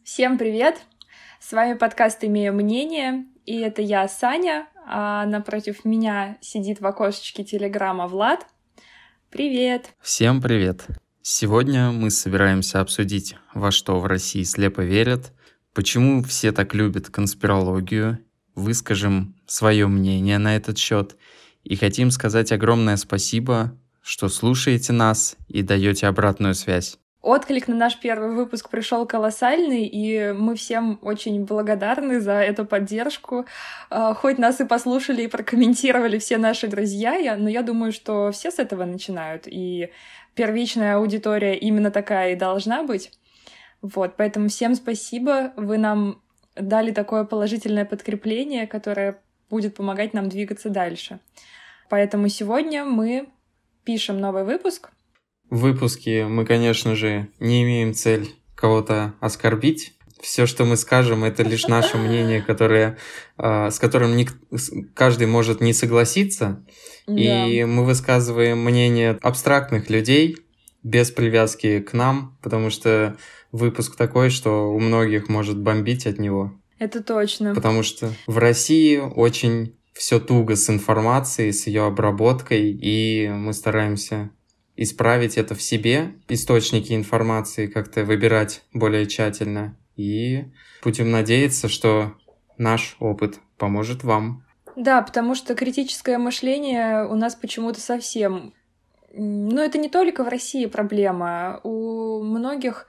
Всем привет! С вами подкаст «Имею мнение», и это я, Саня, а напротив меня сидит в окошечке Телеграма Влад. Привет! Всем привет! Сегодня мы собираемся обсудить, во что в России слепо верят, почему все так любят конспирологию, выскажем свое мнение на этот счет и хотим сказать огромное спасибо, что слушаете нас и даете обратную связь. Отклик на наш первый выпуск пришел колоссальный, и мы всем очень благодарны за эту поддержку. Хоть нас и послушали, и прокомментировали все наши друзья, но я думаю, что все с этого начинают, и первичная аудитория именно такая и должна быть. Вот, поэтому всем спасибо, вы нам дали такое положительное подкрепление, которое будет помогать нам двигаться дальше. Поэтому сегодня мы пишем новый выпуск. В выпуске мы, конечно же, не имеем цель кого-то оскорбить. Все, что мы скажем, это лишь наше мнение, с которым каждый может не согласиться. Да. И мы высказываем мнение абстрактных людей без привязки к нам, потому что выпуск такой, что у многих может бомбить от него. Это точно. Потому что в России очень все туго с информацией, с ее обработкой, и мы стараемся исправить это в себе, источники информации как-то выбирать более тщательно. И будем надеяться, что наш опыт поможет вам. Да, потому что критическое мышление у нас почему-то совсем... Но это не только в России проблема. У многих...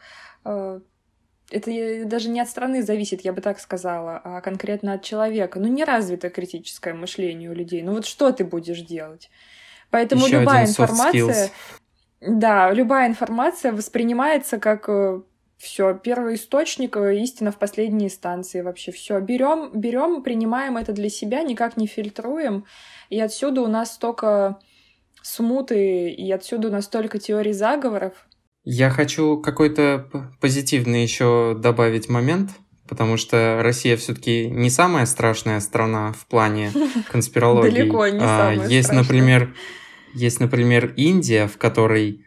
Это даже не от страны зависит, я бы так сказала, а конкретно от человека. Не развито критическое мышление у людей. Вот что ты будешь делать? Поэтому еще любая один информация... Да, любая информация воспринимается как все первоисточник, истина в последней инстанции. Вообще все берем, принимаем это для себя, никак не фильтруем. И отсюда у нас столько смуты, и отсюда у нас столько теорий заговоров. Я хочу какой-то позитивный еще добавить момент, потому что Россия все-таки не самая страшная страна в плане конспирологии. Далеко не самая страшная. Есть, например, Индия, в которой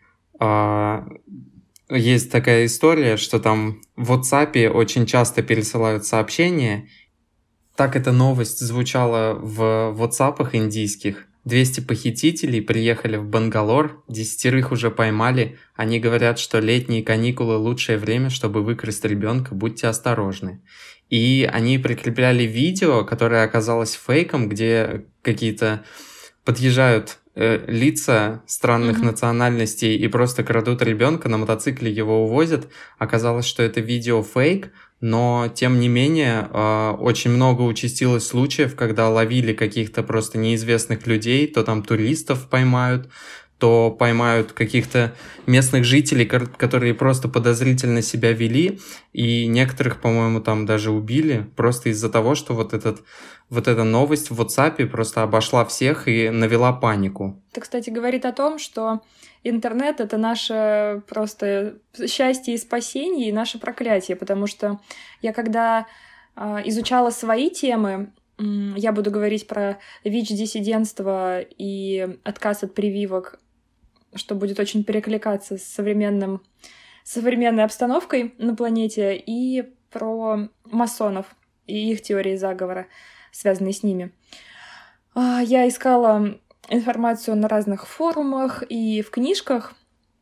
есть такая история, что там в WhatsApp очень часто пересылают сообщения. Так эта новость звучала в WhatsApp индийских. 200 похитителей приехали в Бангалор, 10 уже поймали. Они говорят, что летние каникулы — лучшее время, чтобы выкрасть ребенка, будьте осторожны. И они прикрепляли видео, которое оказалось фейком, где какие-то подъезжают лица странных национальностей и просто крадут ребенка, на мотоцикле его увозят. Оказалось, что это видео фейк, но тем не менее очень много участилось случаев, когда ловили каких-то просто неизвестных людей, то там туристов поймают, то поймают каких-то местных жителей, которые просто подозрительно себя вели, и некоторых, по-моему, там даже убили, просто из-за того, что вот эта новость в WhatsApp просто обошла всех и навела панику. Это, кстати, говорит о том, что интернет — это наше просто счастье и спасение, и наше проклятие, потому что я когда изучала свои темы, я буду говорить про ВИЧ-диссидентство и отказ от прививок, что будет очень перекликаться с современной обстановкой на планете, и про масонов и их теории заговора, связанные с ними. Я искала информацию на разных форумах и в книжках,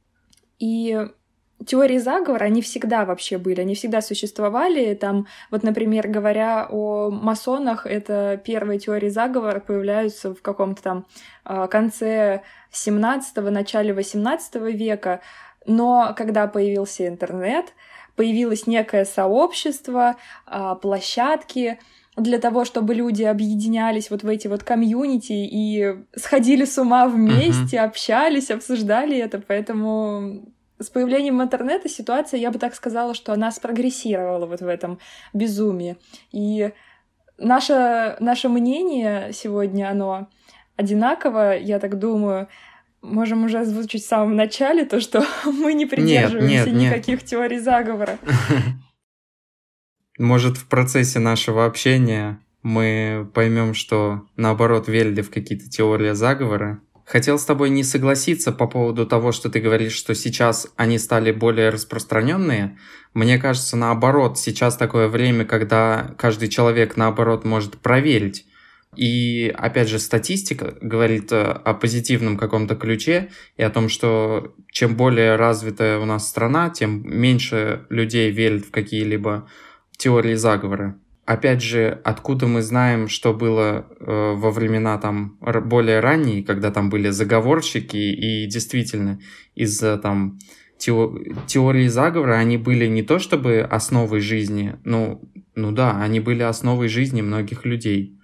и теории заговора, они всегда вообще были, они всегда существовали. Там, вот, например, говоря о масонах, это первые теории заговора появляются в каком-то там конце 17-го, начале 18 века. Но когда появился интернет, появилось некое сообщество, площадки для того, чтобы люди объединялись вот в эти вот комьюнити и сходили с ума вместе, общались, обсуждали это. Поэтому с появлением интернета ситуация, я бы так сказала, что она спрогрессировала вот в этом безумии. И наше мнение сегодня, оно одинаково, я так думаю. Можем уже озвучить в самом начале то, что мы не придерживаемся никаких теорий заговора. Может, в процессе нашего общения мы поймем, что наоборот верили в какие-то теории заговора, хотел с тобой не согласиться по поводу того, что ты говоришь, что сейчас они стали более распространенные. Мне кажется, наоборот, сейчас такое время, когда каждый человек, наоборот, может проверить. И, опять же, статистика говорит о позитивном каком-то ключе и о том, что чем более развитая у нас страна, тем меньше людей верят в какие-либо теории заговора. Опять же, откуда мы знаем, что было во времена там более ранние, когда там были заговорщики, и действительно из-за там теории заговора они были не то чтобы основой жизни, ну да, они были основой жизни многих людей.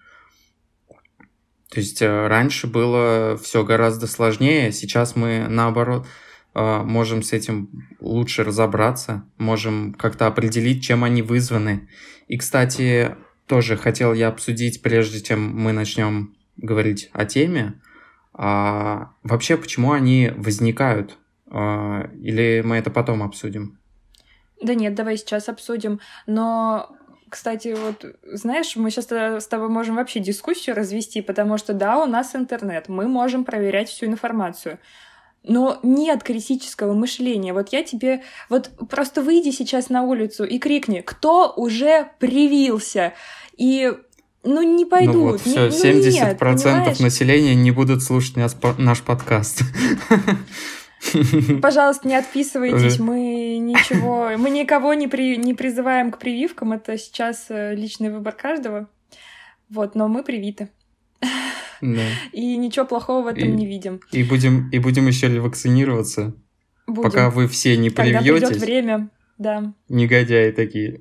То есть раньше было все гораздо сложнее, сейчас мы наоборот можем с этим лучше разобраться, можем как-то определить, чем они вызваны. И, кстати, тоже хотел я обсудить, прежде чем мы начнем говорить о теме, вообще, почему они возникают, или мы это потом обсудим? Да нет, давай сейчас обсудим, но... Кстати, вот, знаешь, мы сейчас с тобой можем вообще дискуссию развести, потому что, да, у нас интернет, мы можем проверять всю информацию, но нет критического мышления. Вот я тебе... Вот просто выйди сейчас на улицу и крикни, кто уже привился, и... Ну, не пойдут. Ну вот, все, 70% населения не будут слушать наш подкаст. Пожалуйста, не отписывайтесь, мы никого не призываем к прививкам, это сейчас личный выбор каждого, вот, но мы привиты. Да. И ничего плохого в этом не видим. И будем еще ли вакцинироваться, пока вы все не привьетесь. Когда придет время, да. Негодяи такие.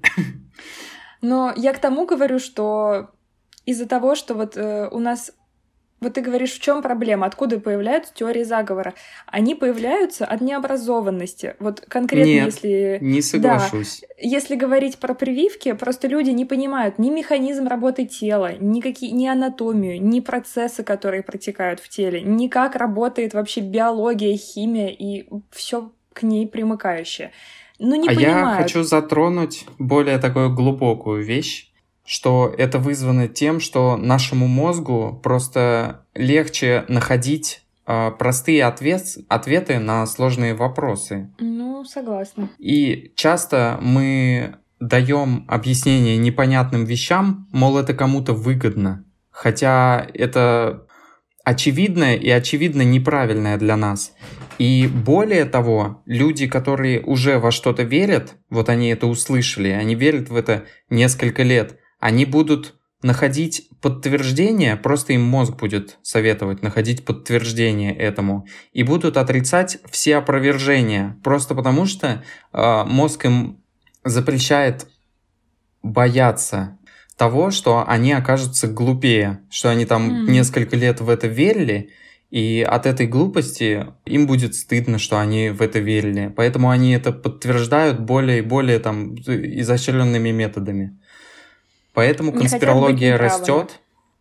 Но я к тому говорю, что из-за того, что вот у нас... Вот ты говоришь, в чем проблема? Откуда появляются теории заговора? Они появляются от необразованности. Вот конкретно, если... не соглашусь. Да, если говорить про прививки, просто люди не понимают ни механизм работы тела, ни анатомию, ни процессы, которые протекают в теле, ни как работает вообще биология, химия и все к ней примыкающее. Ну, не понимают. Я хочу затронуть более такую глубокую вещь, что это вызвано тем, что нашему мозгу просто легче находить простые ответы на сложные вопросы. Ну, согласна. И часто мы даем объяснение непонятным вещам, мол, это кому-то выгодно, хотя это очевидное и очевидно неправильное для нас. И более того, люди, которые уже во что-то верят, вот они это услышали, они верят в это несколько лет, они будут находить подтверждение, просто им мозг будет советовать находить подтверждение этому, и будут отрицать все опровержения, просто потому что мозг им запрещает бояться того, что они окажутся глупее, что они там несколько лет в это верили, и от этой глупости им будет стыдно, что они в это верили. Поэтому они это подтверждают более и более там изощренными методами. Поэтому конспирология растет.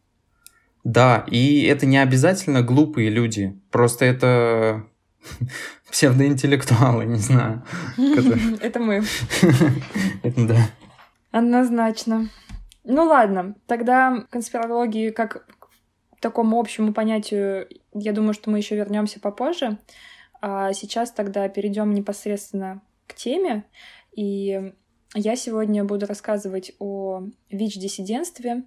Да, и это не обязательно глупые люди. Просто это псевдоинтеллектуалы, не знаю. Это мы. Это да. Однозначно. Ну ладно, тогда конспирологии как к такому общему понятию, я думаю, что мы еще вернемся попозже. А сейчас тогда перейдем непосредственно к теме. И я сегодня буду рассказывать о ВИЧ-диссидентстве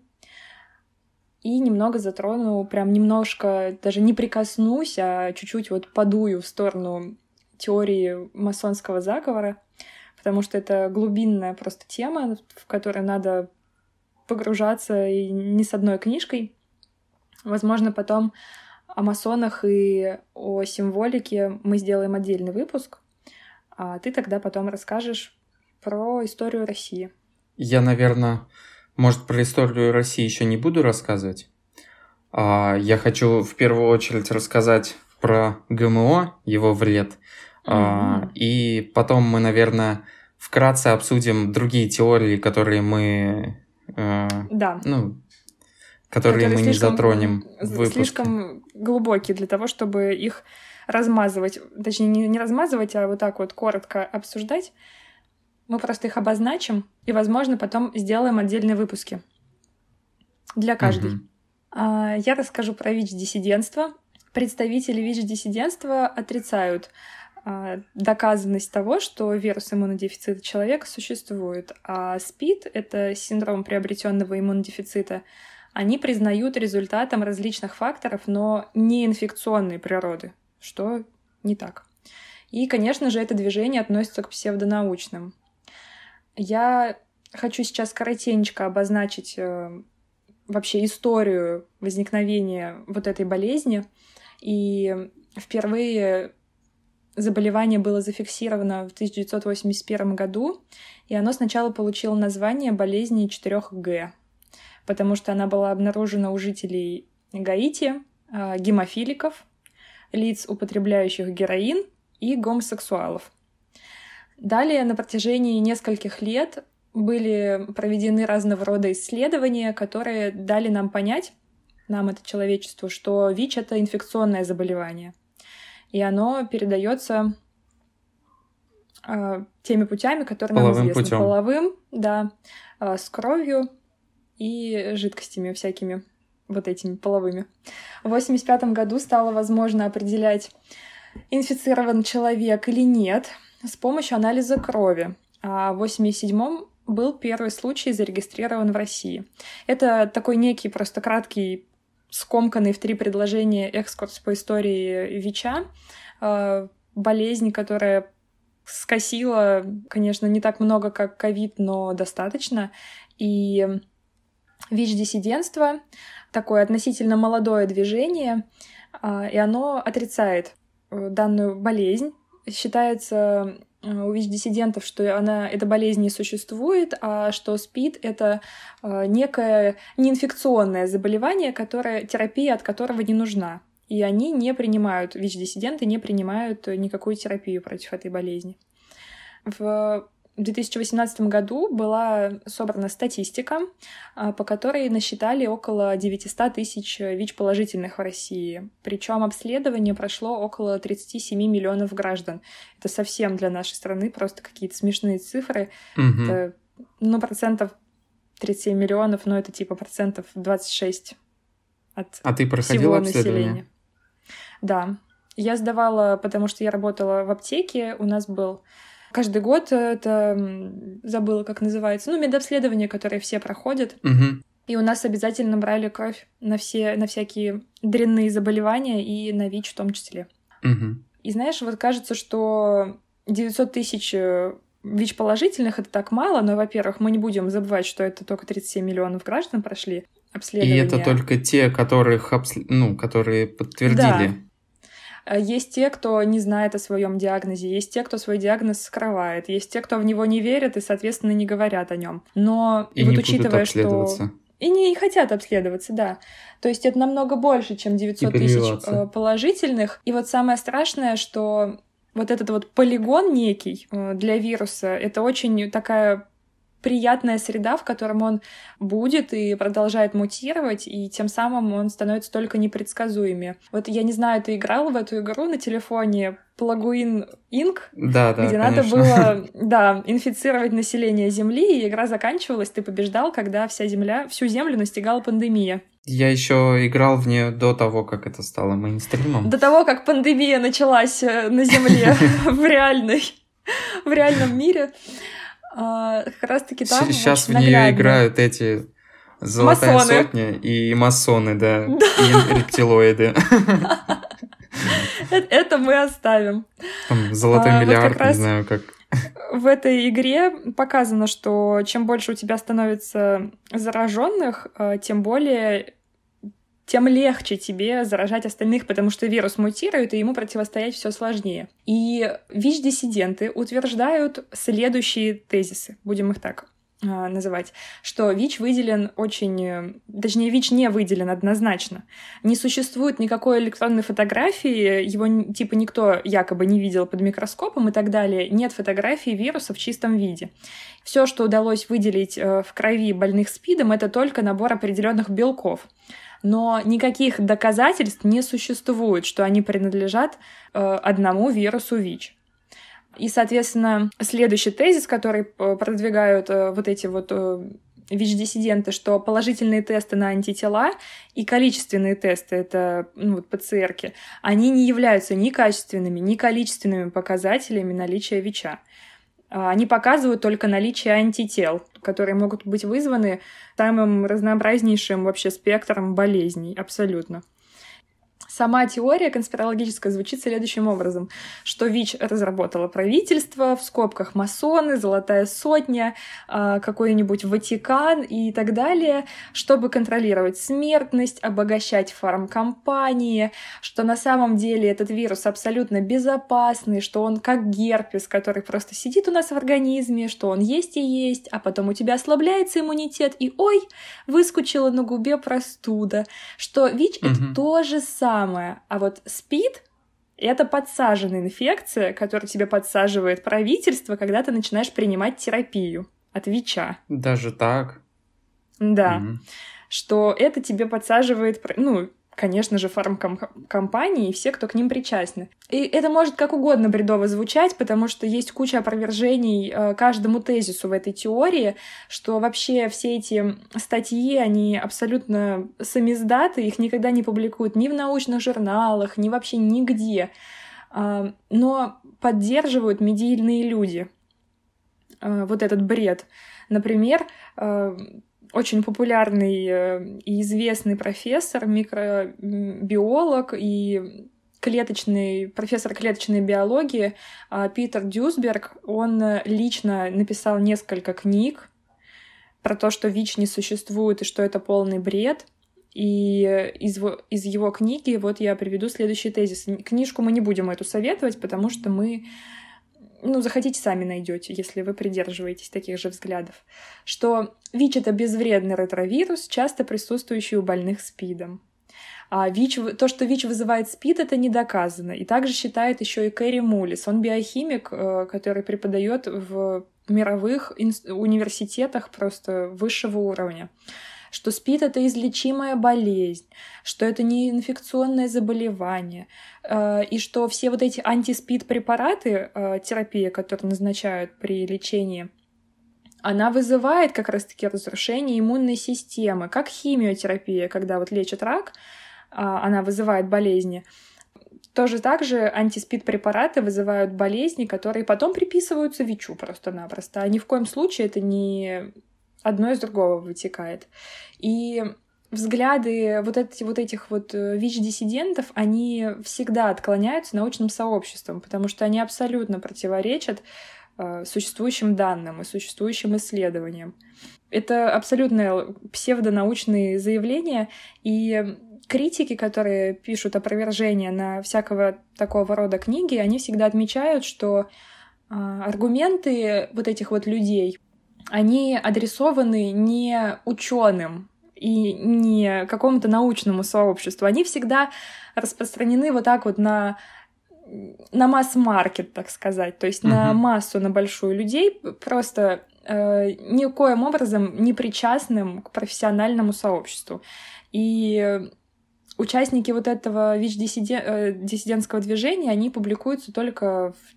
и немного затрону, прям немножко, даже не прикоснусь, а чуть-чуть вот подую в сторону теории масонского заговора, потому что это глубинная просто тема, в которой надо погружаться и не с одной книжкой. Возможно, потом о масонах и о символике мы сделаем отдельный выпуск, а ты тогда потом расскажешь про историю России. Я, наверное, может, про историю России еще не буду рассказывать. Я хочу в первую очередь рассказать про ГМО, его вред. И потом мы, наверное, вкратце обсудим другие теории, которые мы... которые мы не затронем в выпуске. Слишком глубокие для того, чтобы их размазывать. Точнее, не размазывать, а вот так вот коротко обсуждать. Мы просто их обозначим и, возможно, потом сделаем отдельные выпуски для каждой. Я расскажу про ВИЧ-диссидентство. представители ВИЧ-диссидентства отрицают доказанность того, что вирус иммунодефицита человека существует, а СПИД — это синдром приобретенного иммунодефицита, они признают результатом различных факторов, но не инфекционной природы, что не так. И, конечно же, это движение относится к псевдонаучным. Я хочу сейчас коротенько обозначить вообще историю возникновения вот этой болезни. И впервые заболевание было зафиксировано в 1981 году, и оно сначала получило название болезни 4Г, потому что она была обнаружена у жителей Гаити, гемофиликов, лиц, употребляющих героин, и гомосексуалов. Далее на протяжении нескольких лет были проведены разного рода исследования, которые дали нам понять, нам, это человечеству, что ВИЧ — это инфекционное заболевание. И оно передается теми путями, которые нам известны. Путем. Половым, да, с кровью и жидкостями всякими, вот этими половыми. В 1985 году стало возможно определять, инфицирован человек или нет, с помощью анализа крови. А в 1987 был первый случай зарегистрирован в России. Это такой некий просто краткий, скомканный в 3 предложения экскурс по истории ВИЧа. Болезнь, которая скосила, конечно, не так много, как ковид, но достаточно. И ВИЧ-диссидентство — такое относительно молодое движение, и оно отрицает данную болезнь. Считается у ВИЧ-диссидентов, что эта болезнь не существует, а что СПИД — это некое неинфекционное заболевание, терапия от которого не нужна. И они не принимают, ВИЧ-диссиденты не принимают никакую терапию против этой болезни. В 2018 году была собрана статистика, по которой насчитали около 900 тысяч ВИЧ-положительных в России. Причем обследование прошло около 37 миллионов граждан. Это совсем для нашей страны просто какие-то смешные цифры. Это, процентов 37 миллионов, но это типа процентов 26 от ты проходила всего населения. Да. Я сдавала, потому что я работала в аптеке. У нас был каждый год, это забыла, как называется, медобследование, которое все проходят. И у нас обязательно брали кровь на всякие дрянные заболевания и на ВИЧ в том числе. И знаешь, вот кажется, что 900 тысяч ВИЧ-положительных — это так мало, но, во-первых, мы не будем забывать, что это только 37 миллионов граждан прошли обследование. И это только те, которые подтвердили. Да. Есть те, кто не знает о своем диагнозе, есть те, кто свой диагноз скрывает, есть те, кто в него не верит и, соответственно, не говорят о нем. Но и вот не учитывая, будут обследоваться. что и не хотят обследоваться, да. То есть это намного больше, чем 900 тысяч положительных. И вот самое страшное, что вот этот вот полигон некий для вируса, это очень такая приятная среда, в котором он будет и продолжает мутировать, и тем самым он становится только непредсказуемее. Вот я не знаю, ты играл в эту игру на телефоне Plague Inc., да, где конечно. надо было инфицировать население Земли, и игра заканчивалась, ты побеждал, когда всю Землю настигала пандемия. Я еще играл в нее до того, как это стало мейнстримом. До того, как пандемия началась на Земле в реальном мире. Как раз-таки там сейчас в нее играют эти Золотая масоны. Сотня и масоны, да. И рептилоиды. Это мы оставим. Золотой миллиард, не знаю как. В этой игре показано, что чем больше у тебя становится зараженных, тем легче тебе заражать остальных, потому что вирус мутирует, и ему противостоять все сложнее. И ВИЧ-диссиденты утверждают следующие тезисы, будем их так называть, что ВИЧ выделен ВИЧ не выделен однозначно. Не существует никакой электронной фотографии, его никто якобы не видел под микроскопом и так далее. Нет фотографии вируса в чистом виде. Все, что удалось выделить в крови больных СПИДом, это только набор определенных белков. Но никаких доказательств не существует, что они принадлежат одному вирусу ВИЧ. И, соответственно, следующий тезис, который продвигают вот эти вот ВИЧ-диссиденты, что положительные тесты на антитела и количественные тесты, это ПЦРки, они не являются ни качественными, ни количественными показателями наличия ВИЧа. Они показывают только наличие антител, которые могут быть вызваны самым разнообразнейшим вообще спектром болезней, абсолютно. Сама теория конспирологическая звучит следующим образом, что ВИЧ разработало правительство, в скобках масоны, Золотая сотня, какой-нибудь Ватикан и так далее, чтобы контролировать смертность, обогащать фармкомпании, что на самом деле этот вирус абсолютно безопасный, что он как герпес, который просто сидит у нас в организме, что он есть и есть, а потом у тебя ослабляется иммунитет, и ой, выскочила на губе простуда, что ВИЧ — это то же самое. А вот СПИД — это подсаженная инфекция, которую тебе подсаживает правительство, когда ты начинаешь принимать терапию от ВИЧа. Даже так? Да. Что это тебе подсаживает, конечно же, фармкомпании и все, кто к ним причастны. И это может как угодно бредово звучать, потому что есть куча опровержений каждому тезису в этой теории, что вообще все эти статьи, они абсолютно самиздаты, их никогда не публикуют ни в научных журналах, ни вообще нигде. Но поддерживают медийные люди вот этот бред. Например, очень популярный и известный профессор, микробиолог и профессор клеточной биологии Питер Дюсберг, он лично написал несколько книг про то, что ВИЧ не существует и что это полный бред. И из его книги вот я приведу следующий тезис. Книжку мы не будем эту советовать, потому что мы... захотите, сами найдете, если вы придерживаетесь таких же взглядов, что ВИЧ — это безвредный ретровирус, часто присутствующий у больных СПИДом. А то, что ВИЧ вызывает СПИД, это не доказано. И также считает еще и Кэрри Мулис. Он биохимик, который преподает в мировых университетах просто высшего уровня. Что СПИД — это излечимая болезнь, что это не инфекционное заболевание, и что все вот эти антиспид-препараты, терапия, которые назначают при лечении, она вызывает как раз-таки разрушение иммунной системы, как химиотерапия, когда вот лечат рак, она вызывает болезни. Тоже так же антиспид-препараты вызывают болезни, которые потом приписываются ВИЧу просто-напросто, а ни в коем случае это не... одно из другого вытекает. И взгляды вот этих ВИЧ-диссидентов, они всегда отклоняются научным сообществом, потому что они абсолютно противоречат существующим данным и существующим исследованиям. Это абсолютно псевдонаучные заявления, и критики, которые пишут опровержения на всякого такого рода книги, они всегда отмечают, что аргументы вот этих вот людей, они адресованы не ученым и не какому-то научному сообществу. Они всегда распространены вот так вот на масс-маркет, так сказать, то есть на массу, на большую людей, просто никоим образом не причастным к профессиональному сообществу. И участники вот этого ВИЧ-диссидентского движения, они публикуются только в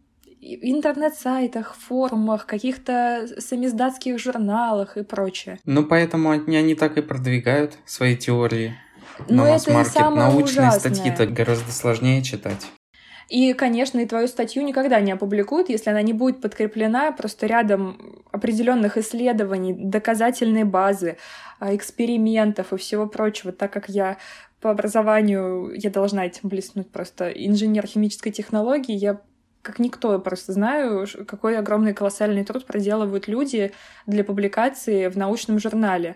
интернет-сайтах, форумах, каких-то самиздатских журналах и прочее. Поэтому они так и продвигают свои теории на масс-маркет. Научные статьи-то гораздо сложнее читать. И, конечно, и твою статью никогда не опубликуют, если она не будет подкреплена просто рядом определенных исследований, доказательной базы, экспериментов и всего прочего, так как я по образованию, я должна этим блеснуть, просто инженер химической технологии, я как никто просто знаю, какой огромный колоссальный труд проделывают люди для публикации в научном журнале.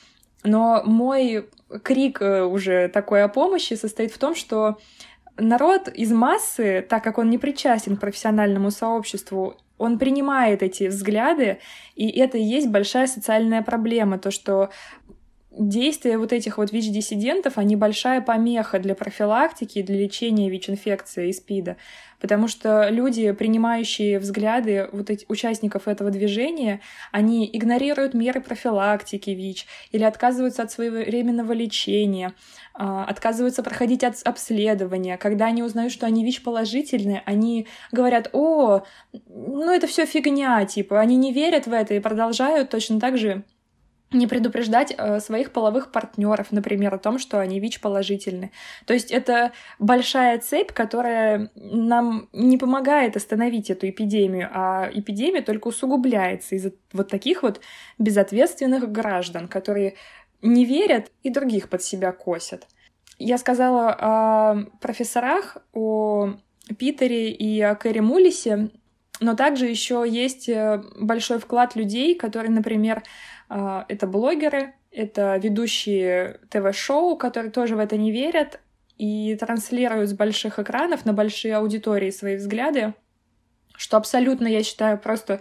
Но мой крик уже такой о помощи состоит в том, что народ из массы, так как он не причастен к профессиональному сообществу, он принимает эти взгляды, и это и есть большая социальная проблема, то, что действия вот этих вот ВИЧ-диссидентов, они большая помеха для профилактики и для лечения ВИЧ-инфекции и СПИДа, потому что люди, принимающие взгляды вот этих участников этого движения, они игнорируют меры профилактики ВИЧ или отказываются от своевременного лечения, отказываются проходить обследования. Когда они узнают, что они ВИЧ-положительные, они говорят: это все фигня, типа, они не верят в это и продолжают точно так же не предупреждать своих половых партнеров, например, о том, что они ВИЧ-положительны. То есть это большая цепь, которая нам не помогает остановить эту эпидемию, а эпидемия только усугубляется из-за вот таких вот безответственных граждан, которые не верят и других под себя косят. Я сказала о профессорах, о Питере и о Кэрри Мулисе, но также еще есть большой вклад людей, которые, например, это блогеры, это ведущие ТВ-шоу, которые тоже в это не верят и транслируют с больших экранов на большие аудитории свои взгляды, что абсолютно, я считаю, просто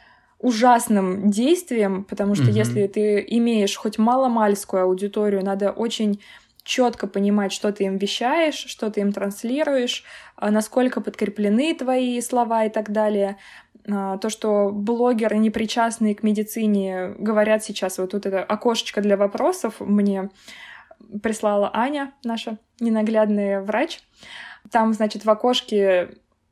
ужасным действием, потому что если ты имеешь хоть маломальскую аудиторию, надо очень четко понимать, что ты им вещаешь, что ты им транслируешь, насколько подкреплены твои слова и так далее. То, что блогеры, не причастные к медицине, говорят сейчас, вот тут это окошечко для вопросов мне прислала Аня, наша ненаглядная врач. Там, значит, в окошке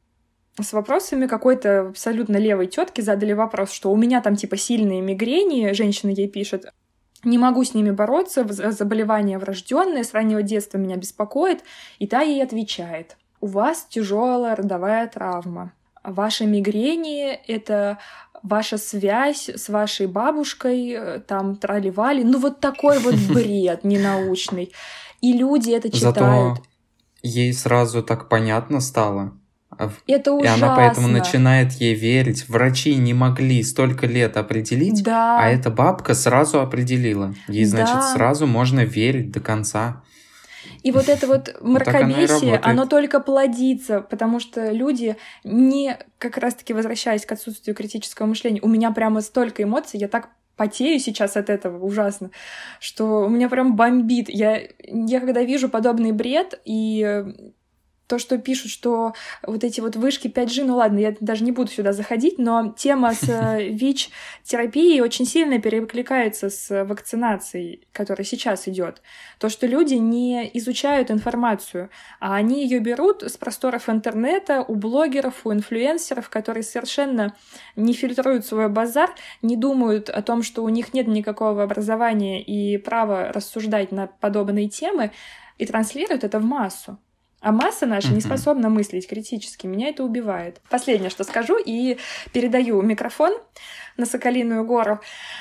с вопросами какой-то абсолютно левой тетки задали вопрос, что у меня там типа сильные мигрени, женщина ей пишет, не могу с ними бороться, заболевание врожденное, с раннего детства меня беспокоит, и та ей отвечает: у вас тяжелая родовая травма. Ваши мигрени — это ваша связь с вашей бабушкой, там трали-вали. Ну вот такой вот бред ненаучный. И люди это читают. Зато ей сразу так понятно стало. Это ужасно. И она поэтому начинает ей верить. Врачи не могли столько лет определить, да. А эта бабка сразу определила. Ей, значит, сразу можно верить до конца. И вот это вот мракобесие, оно только плодится, потому что люди не, как раз-таки возвращаясь к отсутствию критического мышления, у меня прямо столько эмоций, я так потею сейчас от этого ужасно, что у меня прям бомбит. Я когда вижу подобный бред и то, что пишут, что вот эти вот вышки 5G, ну ладно, я даже не буду сюда заходить, но тема с ВИЧ-терапией очень сильно перекликается с вакцинацией, которая сейчас идет. То, что люди не изучают информацию, а они ее берут с просторов интернета, у блогеров, у инфлюенсеров, которые совершенно не фильтруют свой базар, не думают о том, что у них нет никакого образования и права рассуждать на подобные темы, и транслируют это в массу. А масса наша не способна мыслить критически. Меня это убивает. Последнее, что скажу, и передаю микрофон на Соколиную гору.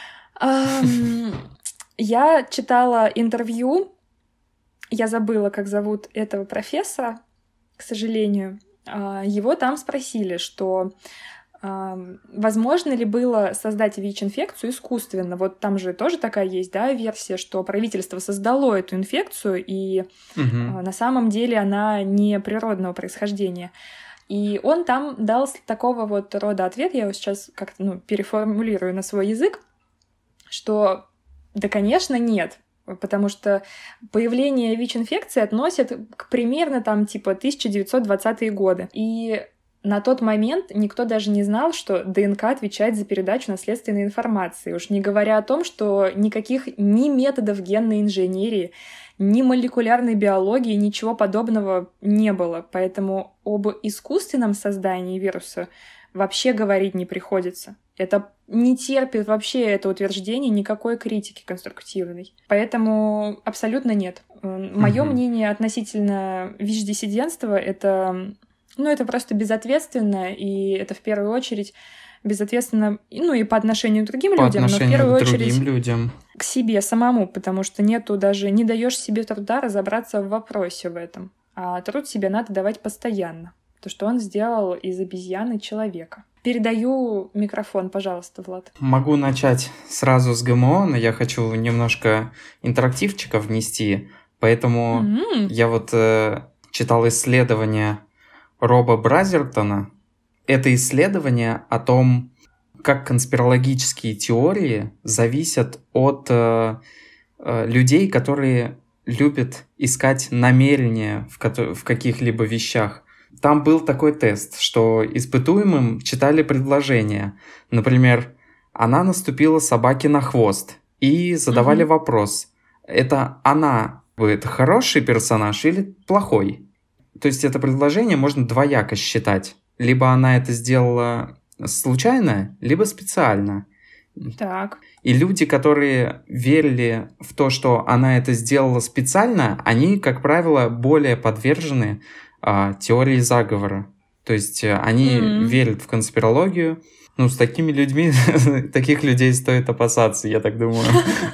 Я читала интервью, я забыла, как зовут этого профессора, к сожалению. Его там спросили, что возможно ли было создать ВИЧ-инфекцию искусственно. Вот там же тоже такая есть, да, версия, что правительство создало эту инфекцию, и на самом деле она не природного происхождения. И он там дал такого вот рода ответ, я его сейчас как-то переформулирую на свой язык, что да, конечно, нет. Потому что появление ВИЧ-инфекции относят к примерно там типа 1920-е годы. И на тот момент никто даже не знал, что ДНК отвечает за передачу наследственной информации. Уж не говоря о том, что никаких ни методов генной инженерии, ни молекулярной биологии, ничего подобного не было. Поэтому об искусственном создании вируса вообще говорить не приходится. Это не терпит вообще это утверждение никакой критики конструктивной. Поэтому абсолютно нет. Мое мнение относительно ВИЧ-диссидентства — это просто безответственно, и это в первую очередь безответственно, и по отношению к другим людям, но в первую очередь к себе самому, потому что не даешь себе труда разобраться в вопросе в этом. А труд себе надо давать постоянно. То, что он сделал из обезьяны человека. Передаю микрофон, пожалуйста, Влад. Могу начать сразу с ГМО, но я хочу немножко интерактивчика внести, поэтому я читал исследование Роба Бразертона. Это исследование о том, как конспирологические теории зависят от людей, которые любят искать намерения в каких-либо вещах. Там был такой тест, что испытуемым читали предложения. Например, она наступила собаке на хвост. И задавали вопрос, это хороший персонаж или плохой? То есть это предложение можно двояко считать. Либо она это сделала случайно, либо специально. Так. И люди, которые верили в то, что она это сделала специально, они, как правило, более подвержены теории заговора. То есть они верят в конспирологию. Ну, с такими людьми, таких людей стоит опасаться, я так думаю.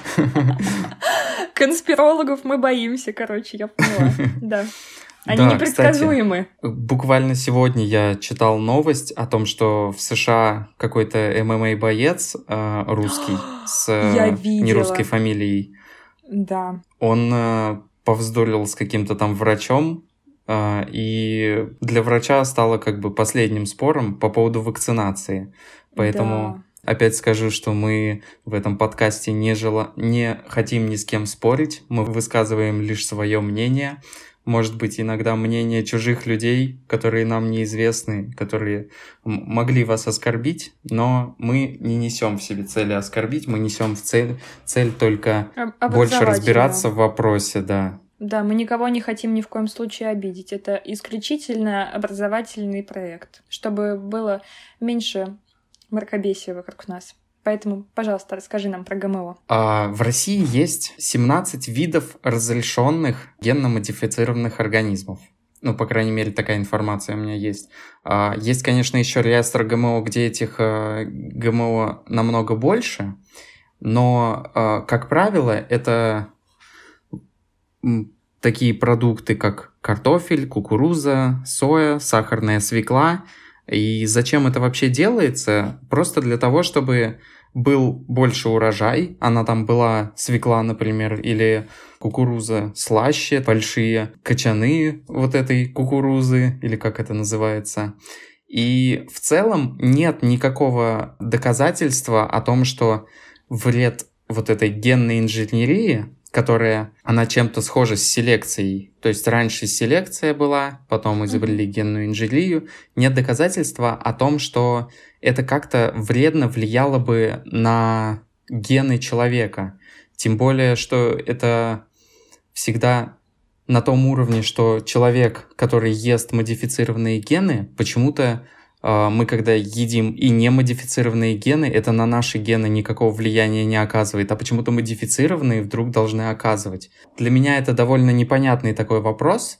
Конспирологов мы боимся, короче, я поняла. Да. Они непредсказуемы. Кстати, буквально сегодня я читал новость о том, что в США какой-то ММА-боец русский с нерусской фамилией. Да. Он повздорил с каким-то там врачом, и для врача стало как бы последним спором по поводу вакцинации. Поэтому опять скажу, что мы в этом подкасте не хотим ни с кем спорить, мы высказываем лишь свое мнение. Может быть, иногда мнение чужих людей, которые нам неизвестны, которые могли вас оскорбить, но мы не несем в себе цели оскорбить, мы несем в цель только больше разбираться в вопросе, да. Да, мы никого не хотим ни в коем случае обидеть. Это исключительно образовательный проект, чтобы было меньше мракобесия вокруг нас. Поэтому, пожалуйста, расскажи нам про ГМО. В России есть 17 видов разрешенных генно-модифицированных организмов. Ну, по крайней мере, такая информация у меня есть. Есть, конечно, еще реестр ГМО, где этих ГМО намного больше, но, как правило, это такие продукты, как картофель, кукуруза, соя, сахарная свекла. И зачем это вообще делается? Просто для того, чтобы был больше урожай. Она там была, свекла, например, или кукуруза слаще, большие кочаны вот этой кукурузы, или как это называется. И в целом нет никакого доказательства о том, что вред вот этой генной инженерии, которая, она чем-то схожа с селекцией. То есть раньше селекция была, потом изобрели генную инженерию. Нет доказательства о том, что это как-то вредно влияло бы на гены человека. Тем более, что это всегда на том уровне, что человек, который ест модифицированные гены, почему-то мы, когда едим и немодифицированные гены, это на наши гены никакого влияния не оказывает, а почему-то модифицированные вдруг должны оказывать. Для меня это довольно непонятный такой вопрос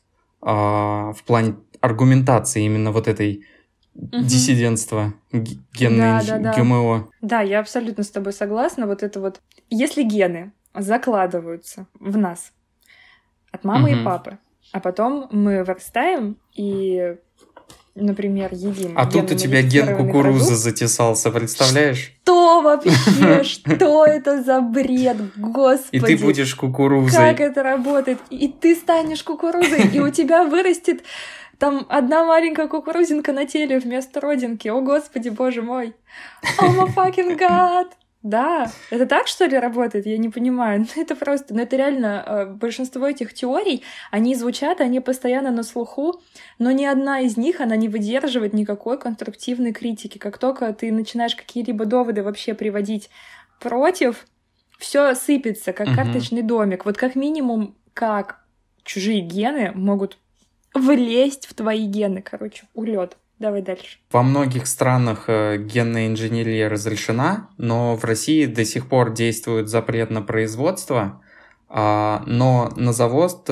в плане аргументации именно вот этой диссидентства генной ГМО. Да, я абсолютно с тобой согласна. Вот это вот, если гены закладываются в нас от мамы и папы, а потом мы вырастаем и... например, едим. А тут у тебя ген кукурузы затесался, представляешь? Что вообще? Что это за бред? Господи! И ты будешь кукурузой. Как это работает? И ты станешь кукурузой, и у тебя вырастет там одна маленькая кукурузинка на теле вместо родинки. О, Господи, боже мой! Oh my fucking God! Да, это так, что ли, работает? Я не понимаю. Это просто, это реально, большинство этих теорий, они звучат, они постоянно на слуху, но ни одна из них, она не выдерживает никакой конструктивной критики. Как только ты начинаешь какие-либо доводы вообще приводить против, все сыпется, как карточный домик. Вот как минимум, как чужие гены могут влезть в твои гены, короче, улет. Давай дальше. Во многих странах генная инженерия разрешена, но в России до сих пор действует запрет на производство, но на завоз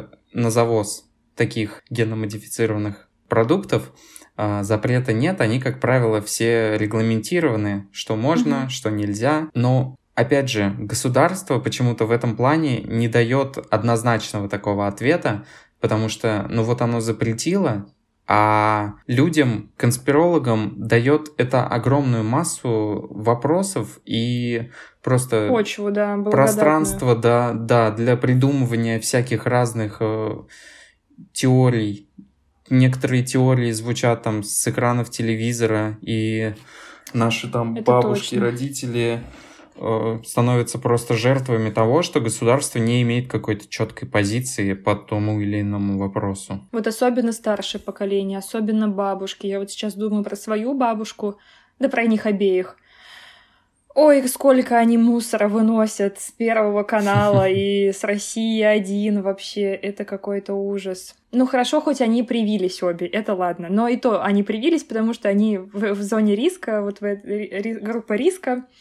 таких генно-модифицированных продуктов запрета нет. Они, как правило, все регламентированы, что можно, что нельзя. Но, опять же, государство почему-то в этом плане не дает однозначного такого ответа, потому что, ну вот оно запретило, а людям, конспирологам дает это огромную массу вопросов и просто почву, да, пространство, да, для придумывания всяких разных теорий. Некоторые теории звучат там с экранов телевизора, и наши там это бабушки, точно. Родители становятся просто жертвами того, что государство не имеет какой-то четкой позиции по тому или иному вопросу. Вот особенно старшее поколение, особенно бабушки. Я вот сейчас думаю про свою бабушку, да про них обеих. Ой, сколько они мусора выносят с Первого канала и с России-1 вообще. Это какой-то ужас. Ну хорошо, хоть они привились обе, это ладно. Но и то они привились, потому что они в зоне риска, вот в группа риска.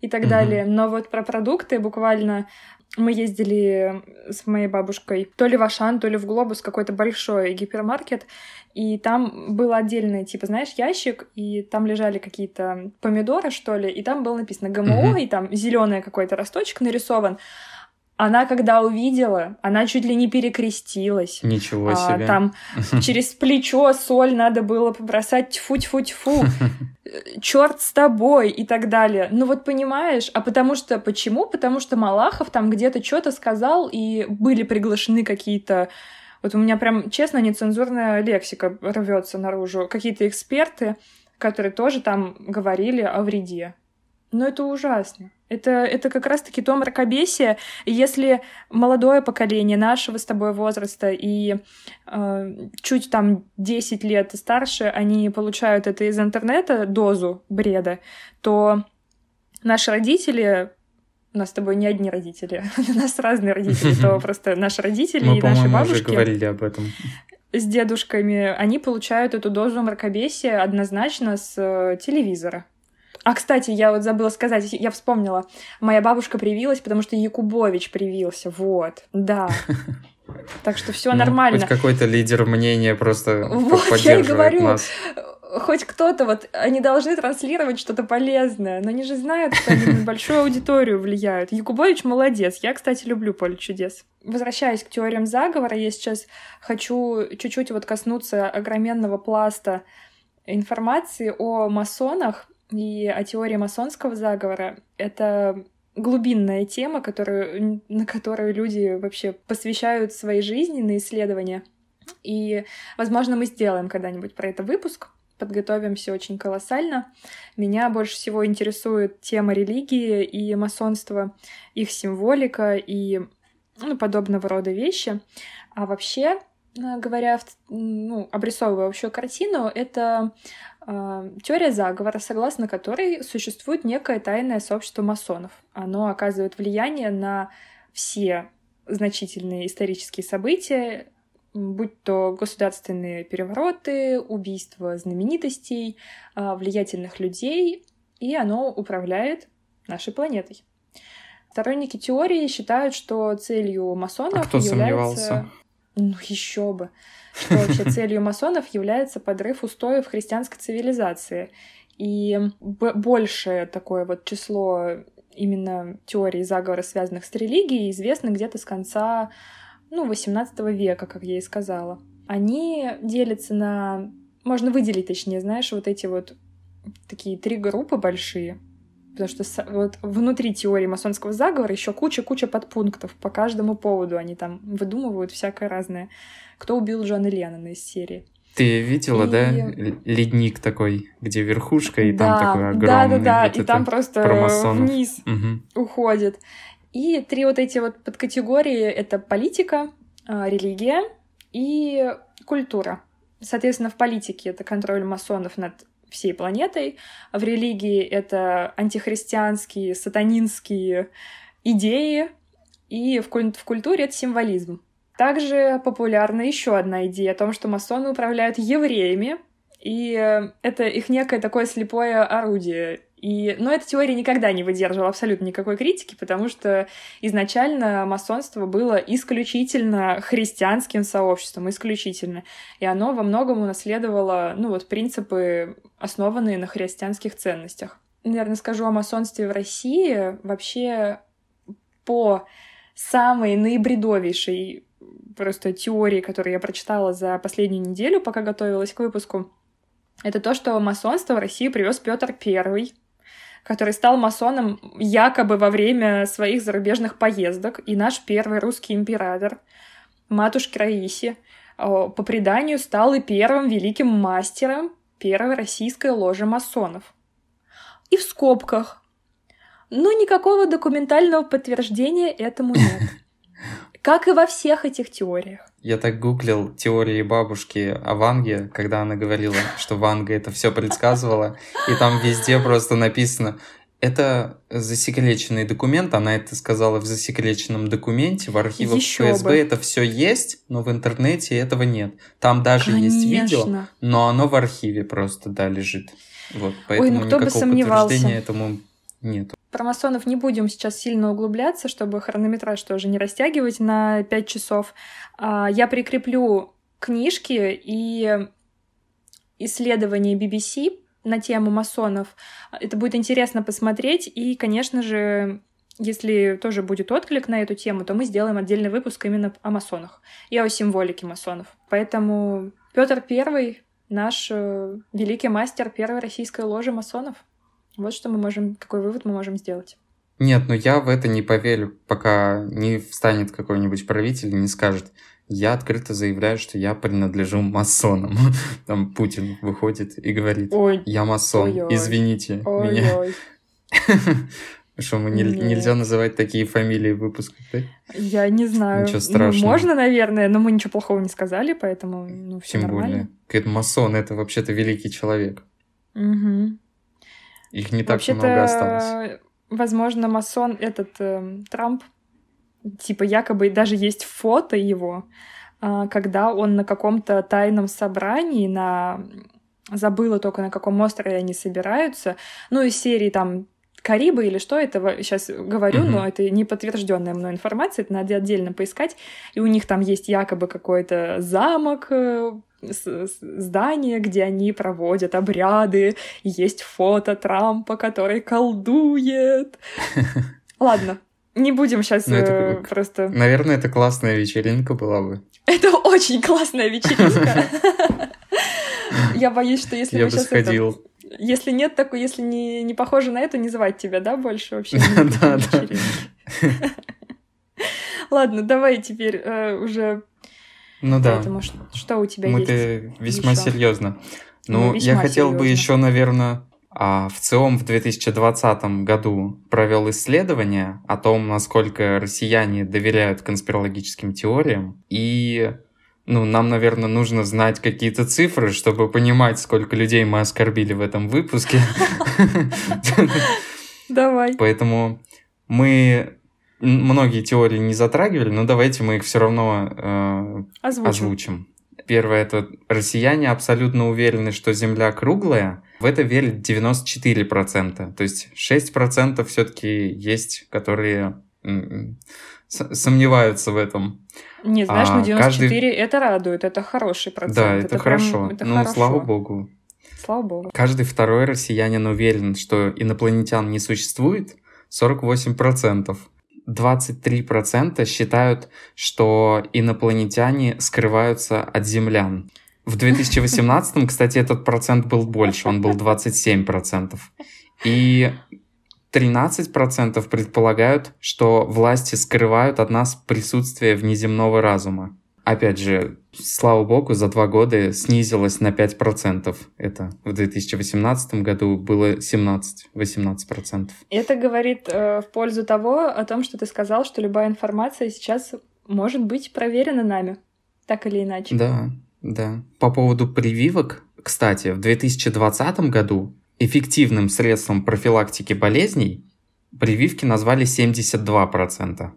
и так далее. Но вот про продукты буквально мы ездили с моей бабушкой то ли в Ашан, то ли в Глобус, какой-то большой гипермаркет, и там был отдельный, типа, знаешь, ящик, и там лежали какие-то помидоры, что ли, и там было написано ГМО, и там зеленый какой-то росточек нарисован. Она, когда увидела, она чуть ли не перекрестилась. Ничего себе. Там через плечо соль надо было побросать, тьфу-тьфу-тьфу, черт с тобой и так далее. Ну вот понимаешь, почему? Потому что Малахов там где-то что-то сказал, и были приглашены какие-то... Вот у меня прям, честно, нецензурная лексика рвется наружу. Какие-то эксперты, которые тоже там говорили о вреде. Но это ужасно. Это как раз-таки то мракобесие. И если молодое поколение нашего с тобой возраста и чуть там 10 лет старше, они получают это из интернета, дозу бреда, то наши родители... У нас с тобой не одни родители, у нас разные родители, то просто наши родители и наши бабушки... Мы, уже говорили об этом. С дедушками, они получают эту дозу мракобесия однозначно с телевизора. А, кстати, я вот забыла сказать, я вспомнила. Моя бабушка привилась, потому что Якубович привился. Вот, да. Так что все нормально. Хоть какой-то лидер мнения просто поддерживает я и говорю, нас. Хоть кто-то, вот, они должны транслировать что-то полезное, но они же знают, что они на большую аудиторию влияют. Якубович молодец. Я, кстати, люблю «Поле чудес». Возвращаясь к теориям заговора, я сейчас хочу чуть-чуть вот коснуться огроменного пласта информации о масонах, и о теории масонского заговора. Это глубинная тема, на которую люди вообще посвящают свои жизни на исследования. И, возможно, мы сделаем когда-нибудь про это выпуск, подготовимся очень колоссально. Меня больше всего интересует тема религии и масонства, их символика и подобного рода вещи. А вообще, говоря, обрисовывая общую картину, это теория заговора, согласно которой существует некое тайное сообщество масонов. Оно оказывает влияние на все значительные исторические события, будь то государственные перевороты, убийства знаменитостей, влиятельных людей, и оно управляет нашей планетой. Сторонники теории считают, что целью масонов кто является... Еще бы. Что вообще целью масонов является подрыв устоев христианской цивилизации. И большее такое вот число именно теорий заговора, связанных с религией, известно где-то с конца XVIII века, как я и сказала. Они делятся на... Можно выделить, точнее, знаешь, вот эти вот такие 3 группы большие. Потому что вот внутри теории масонского заговора еще куча подпунктов по каждому поводу. Они там выдумывают всякое разное. Кто убил Джона Леннона из серии. Ты видела, да, ледник такой, где верхушка, и там такой огромный. Да, и там просто вниз уходит. И 3 вот эти вот подкатегории — это политика, религия и культура. Соответственно, в политике это контроль масонов над всей планетой, а в религии это антихристианские, сатанинские идеи, и в культуре это символизм. Также популярна еще одна идея о том, что масоны управляют евреями, и это их некое такое слепое орудие. Но эта теория никогда не выдерживала абсолютно никакой критики, потому что изначально масонство было исключительно христианским сообществом, исключительно. И оно во многом унаследовало, принципы, основанные на христианских ценностях. Наверное, скажу о масонстве в России. Вообще, по самой наибредовейшей просто теории, которую я прочитала за последнюю неделю, пока готовилась к выпуску, это то, что масонство в Россию привез Петр I, который стал масоном якобы во время своих зарубежных поездок, и наш первый русский император, матушка Раиси, по преданию стал и первым великим мастером первой российской ложи масонов. И в скобках. Но никакого документального подтверждения этому нет. Как и во всех этих теориях. Я так гуглил теории бабушки о Ванге, когда она говорила, что Ванга это все предсказывала, и там везде просто написано: это засекреченный документ, она это сказала в засекреченном документе, в архивах ФСБ это все есть, но в интернете этого нет. Там даже есть видео, но оно в архиве просто, лежит. Вот, поэтому никакого подтверждения этому нет. про масонов не будем сейчас сильно углубляться, чтобы хронометраж тоже не растягивать на 5 часов. Я прикреплю книжки и исследования BBC на тему масонов. Это будет интересно посмотреть. И, конечно же, если тоже будет отклик на эту тему, то мы сделаем отдельный выпуск именно о масонах и о символике масонов. Поэтому Петр I — наш великий мастер первой российской ложи масонов. Вот что мы можем, какой вывод мы можем сделать. Нет, но я в это не поверю, пока не встанет какой-нибудь правитель и не скажет: я открыто заявляю, что я принадлежу масонам. Там Путин выходит и говорит: Ой, я масон, ой-ой, извините ой-ой. меня. Что, нельзя называть такие фамилии в выпусках, да? Я не знаю. Ничего страшного. Можно, наверное, но мы ничего плохого не сказали, поэтому все Тем нормально. более. Говорит, масон — это вообще-то великий человек. Угу. Их не так много осталось. Вообще-то, возможно, масон этот Трамп, типа якобы даже есть фото его, когда он на каком-то тайном собрании, забыла только на каком острове они собираются, ну, из серии там Карибы или что это, сейчас говорю, но это не подтвержденная мной информация, это надо отдельно поискать, и у них там есть якобы какой-то замок, здание, где они проводят обряды, и есть фото Трампа, который колдует. Ладно, не будем сейчас просто... Наверное, это классная вечеринка была бы. Это очень классная вечеринка. Я боюсь, что если я мы бы сейчас сходил. Если нет такой, если не похоже на это, не звать тебя, да, больше вообще? Да. Ладно, давай теперь уже... Ну да. Поэтому что у тебя Мы-то есть? весьма ещё? серьезно. Ну, я хотел бы еще, наверное, в ЦИОМ в 2020 году провел исследование о том, насколько россияне доверяют конспирологическим теориям. И нам, наверное, нужно знать какие-то цифры, чтобы понимать, сколько людей мы оскорбили в этом выпуске. Давай. Поэтому мы многие теории не затрагивали, но давайте мы их все равно озвучим. Первое — это россияне абсолютно уверены, что Земля круглая. В это верят 94%. То есть 6% все-таки есть, которые сомневаются в этом. Не, знаешь, 94 это радует, это хороший процент. Да, это хорошо. Это хорошо. Слава богу. Слава богу. Каждый второй россиянин уверен, что инопланетян не существует. 48%. 23% считают, что инопланетяне скрываются от землян. В 2018, кстати, этот процент был больше, он был 27%. И 13% предполагают, что власти скрывают от нас присутствие внеземного разума. Опять же, слава богу, за 2 года снизилось на 5%. Это в 2018 году было 18%. Это говорит в пользу того, о том, что ты сказал, что любая информация сейчас может быть проверена нами, так или иначе. Да. По поводу прививок, кстати, в 2020 году эффективным средством профилактики болезней прививки назвали 72%.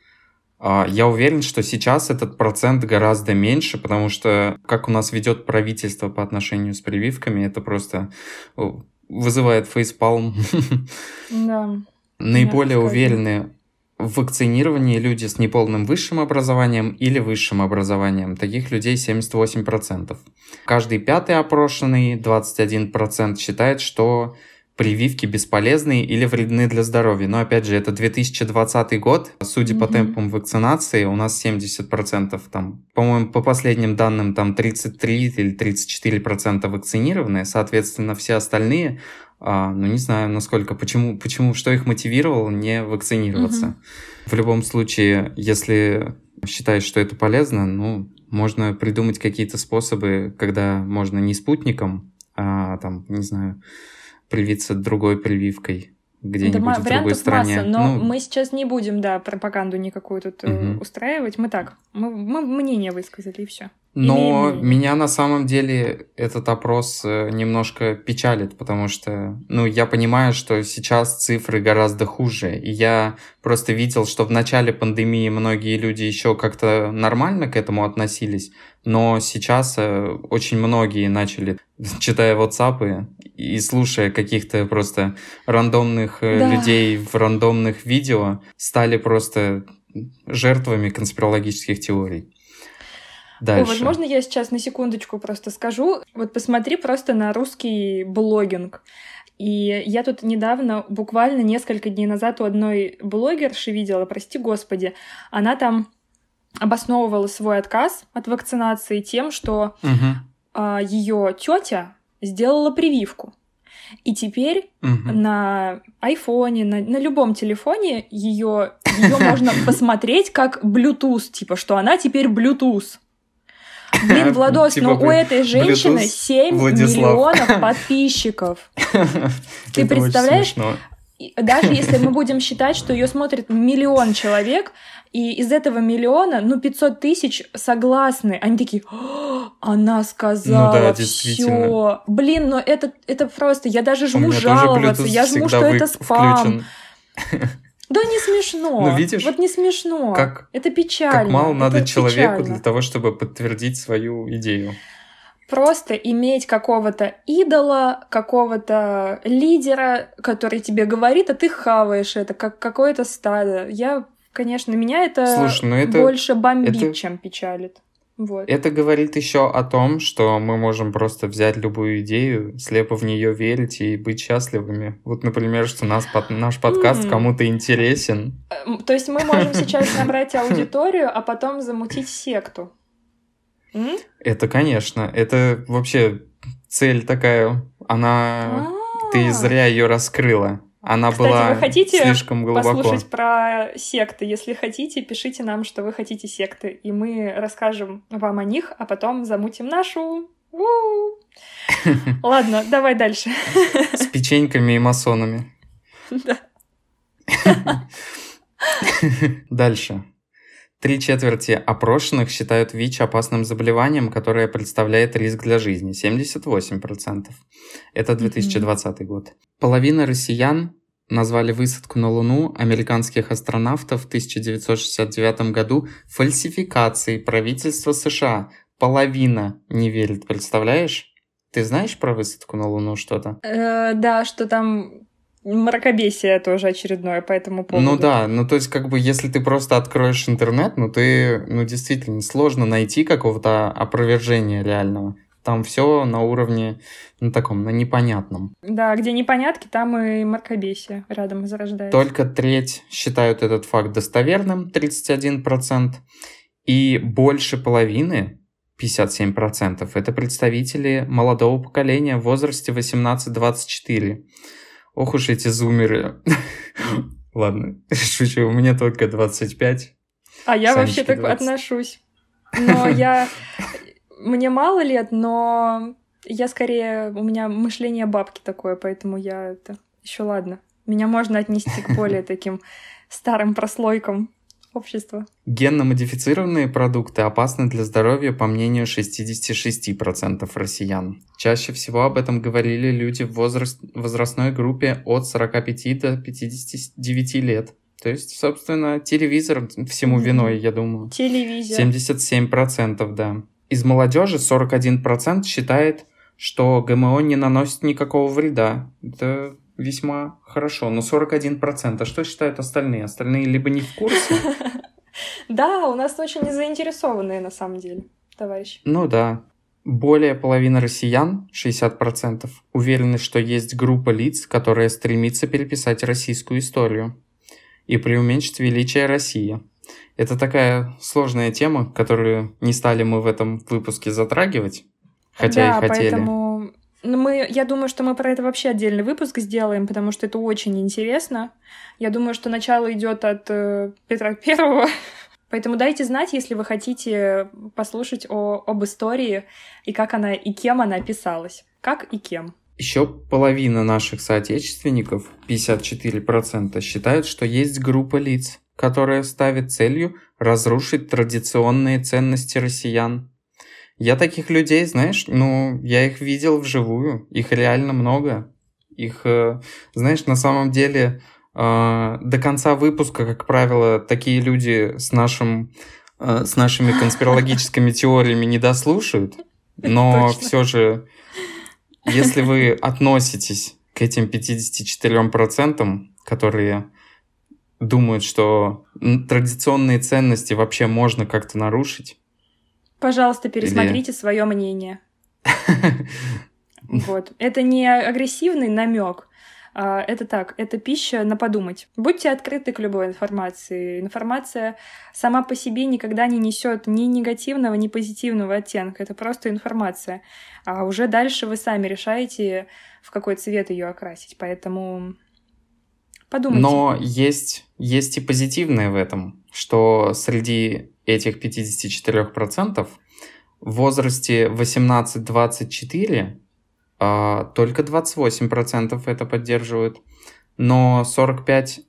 Я уверен, что сейчас этот процент гораздо меньше, потому что как у нас ведет правительство по отношению с прививками, это просто вызывает фейспалм. Да. Наиболее уверены в вакцинировании люди с неполным высшим образованием или высшим образованием. Таких людей 78%. Каждый пятый опрошенный, 21%, считает, что прививки бесполезны или вредны для здоровья. Но опять же, это 2020 год. Судя по темпам вакцинации, у нас 70%, там, по-моему, по последним данным, там 33 или 34% вакцинированы. Соответственно, все остальные, не знаю, насколько, почему, что их мотивировало не вакцинироваться. В любом случае, если считаешь, что это полезно, можно придумать какие-то способы, когда можно не спутником, привиться другой прививкой где-нибудь в другой стране. Масса, но мы сейчас не будем, пропаганду никакую тут устраивать. Мы мнение высказали, и все. Но мнение. меня на самом деле этот опрос немножко печалит, потому что, я понимаю, что сейчас цифры гораздо хуже. И я просто видел, что в начале пандемии многие люди еще как-то нормально к этому относились, но сейчас очень многие начали, читая WhatsApp и слушая каких-то просто рандомных Да. людей в рандомных видео, стали просто жертвами конспирологических теорий. Дальше. Возможно, я сейчас на секундочку просто скажу. Вот посмотри просто на русский блогинг. И я тут недавно, буквально несколько дней назад, у одной блогерши видела, прости господи, она там обосновывала свой отказ от вакцинации тем, что ее тетя сделала прививку. И теперь на айфоне, на любом телефоне ее можно посмотреть как Bluetooth, типа, что она теперь Bluetooth. Блин, Владос, Типа но у этой женщины Bluetooth 7 Владислав. миллионов подписчиков. Ты Это представляешь? очень смешно. Даже если мы будем считать, что ее смотрит 1 миллион человек, и из этого 1 миллиона, 500 тысяч согласны. Они такие: она сказала, Ну да, все. действительно. Блин, но это просто, я даже У жму меня тоже жаловаться, Bluetooth я жму, всегда что это спам. включен. Да не смешно. Ну, видишь, вот не смешно. Это печально. Как мало надо это человеку печально. для того, чтобы подтвердить свою идею. Просто иметь какого-то идола, какого-то лидера, который тебе говорит, а ты хаваешь это, как какое-то стадо. Конечно, меня это больше бомбит, чем печалит. Вот. Это говорит еще о том, что мы можем просто взять любую идею, слепо в нее верить и быть счастливыми. Вот, например, что наш подкаст кому-то интересен. То есть мы можем сейчас набрать аудиторию, а потом замутить секту. Это, конечно. Это вообще цель такая. Ты зря ее раскрыла. Она Кстати, была вы хотите слишком глубоко. послушать про секты? Если хотите, пишите нам, что вы хотите секты, и мы расскажем вам о них, а потом замутим нашу. Ладно, давай дальше. С печеньками и масонами. Да. Дальше. 3/4 опрошенных считают ВИЧ опасным заболеванием, которое представляет риск для жизни. 78%. Это 2020 год. Половина россиян назвали высадку на Луну американских астронавтов в 1969 году фальсификацией правительства США. Половина не верит, представляешь? Ты знаешь про высадку на Луну что-то? Да, что там мракобесие тоже очередное по этому поводу. Ну да, то есть если ты просто откроешь интернет, действительно сложно найти какого-то опровержения реального. Там все на уровне, на непонятном. Да, где непонятки, там и мракобесие рядом зарождается. Только треть считают этот факт достоверным, 31%, и больше половины, 57%, это представители молодого поколения в возрасте 18-24. Ох уж эти зумеры. Ладно, шучу, мне только 25. А я вообще так отношусь. Но мне мало лет, но я скорее... У меня мышление бабки такое, поэтому я еще ладно. Меня можно отнести к более таким старым прослойкам общества. Генно-модифицированные продукты опасны для здоровья, по мнению 66% россиян. Чаще всего об этом говорили люди в возрастной группе от 45 до 59 лет. То есть, собственно, телевизор всему виной, я думаю. Телевизор. 77%, да. Из молодежи 41% считает, что ГМО не наносит никакого вреда. Это весьма хорошо. Но 41%. А что считают остальные? Остальные либо не в курсе. Да, у нас очень незаинтересованные на самом деле, товарищи. Ну да. Более половины россиян, 60%, уверены, что есть группа лиц, которая стремится переписать российскую историю и преуменьшить величие России. Это такая сложная тема, которую не стали мы в этом выпуске затрагивать, хотя и хотели. Поэтому я думаю, что мы про это вообще отдельный выпуск сделаем, потому что это очень интересно. Я думаю, что начало идет от Петра Первого. Поэтому дайте знать, если вы хотите послушать об истории и как она и кем она писалась. Как и кем. Еще половина наших соотечественников, 54%, считают, что есть группа лиц, которая ставит целью разрушить традиционные ценности россиян. Я таких людей, знаешь, я их видел вживую, их реально много. Их, знаешь, на самом деле до конца выпуска, как правило, такие люди с нашими конспирологическими теориями не дослушают, но все же, если вы относитесь к этим 54%, которые думают, что традиционные ценности вообще можно как-то нарушить. Пожалуйста, пересмотрите свое мнение. Вот. Это не агрессивный намек. Это так, это пища на подумать. Будьте открыты к любой информации. Информация сама по себе никогда не несет ни негативного, ни позитивного оттенка. Это просто информация. А уже дальше вы сами решаете, в какой цвет ее окрасить. Поэтому подумайте. Но есть и позитивное в этом, что среди этих 54% в возрасте 18-24 только 28% это поддерживают, но 45-59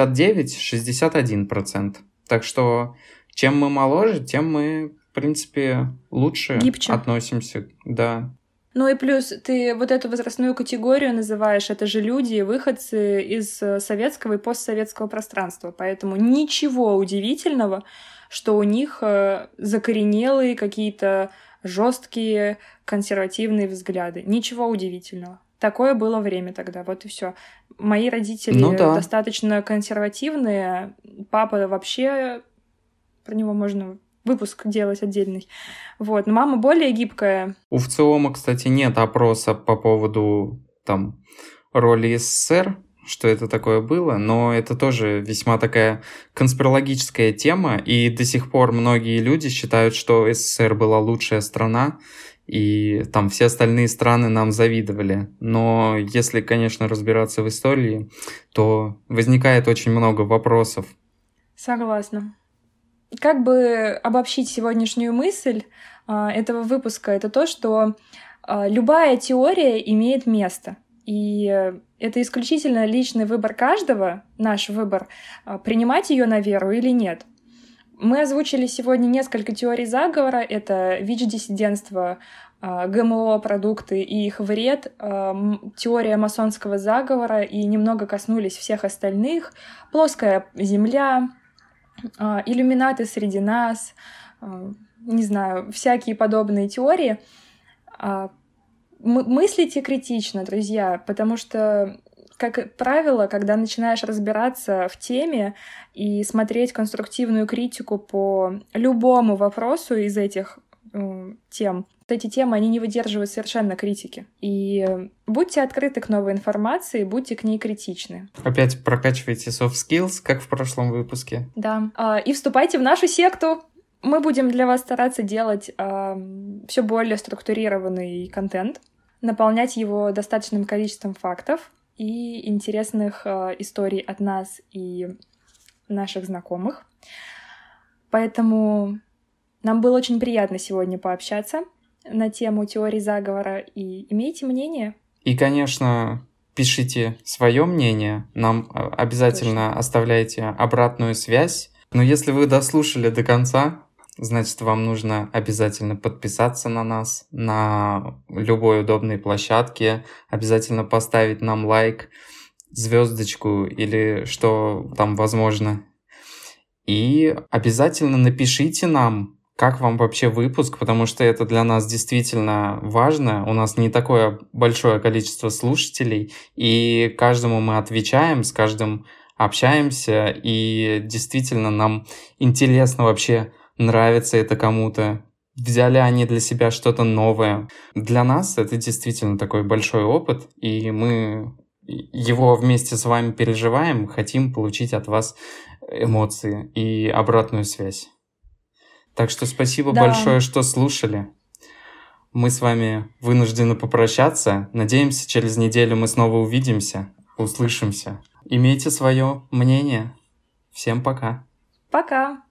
61%. Так что чем мы моложе, тем мы, в принципе, лучше гибче относимся. Да. Ну и плюс ты вот эту возрастную категорию называешь, это же люди, выходцы из советского и постсоветского пространства, поэтому ничего удивительного, что у них закоренелые какие-то жесткие консервативные взгляды. Ничего удивительного. Такое было время тогда, вот и все. Мои родители достаточно консервативные, папа вообще, про него можно выпуск делать отдельный. Вот. Но мама более гибкая. У ВЦИОМа, кстати, нет опроса по поводу роли СССР, что это такое было, но это тоже весьма такая конспирологическая тема, и до сих пор многие люди считают, что СССР была лучшая страна, и там все остальные страны нам завидовали. Но если, конечно, разбираться в истории, то возникает очень много вопросов. Согласна. Как бы обобщить сегодняшнюю мысль этого выпуска, это то, что любая теория имеет место. И это исключительно личный выбор каждого, наш выбор, принимать ее на веру или нет. Мы озвучили сегодня несколько теорий заговора. Это ВИЧ-диссидентство, ГМО-продукты и их вред, теория масонского заговора, и немного коснулись всех остальных. Плоская земля, иллюминаты среди нас, не знаю, всякие подобные теории. Мыслите критично, друзья, потому что, как правило, когда начинаешь разбираться в теме и смотреть конструктивную критику по любому вопросу из этих тем, эти темы, они не выдерживают совершенно критики. И будьте открыты к новой информации, будьте к ней критичны. Опять прокачивайте soft skills, как в прошлом выпуске. Да. И вступайте в нашу секту. Мы будем для вас стараться делать все более структурированный контент, наполнять его достаточным количеством фактов и интересных историй от нас и наших знакомых. Поэтому нам было очень приятно сегодня пообщаться на тему теории заговора, и имейте мнение. И, конечно, пишите свое мнение, нам обязательно оставляйте обратную связь. Но если вы дослушали до конца, значит, вам нужно обязательно подписаться на нас на любой удобной площадке, обязательно поставить нам лайк, звездочку или что там возможно. И обязательно напишите нам, как вам вообще выпуск, потому что это для нас действительно важно. У нас не такое большое количество слушателей, и каждому мы отвечаем, с каждым общаемся, и действительно нам интересно вообще, нравится это кому-то, взяли они для себя что-то новое. Для нас это действительно такой большой опыт, и мы его вместе с вами переживаем, хотим получить от вас эмоции и обратную связь. Так что спасибо большое, что слушали. Мы с вами вынуждены попрощаться. Надеемся, через неделю мы снова увидимся, услышимся. Имейте свое мнение. Всем пока. Пока.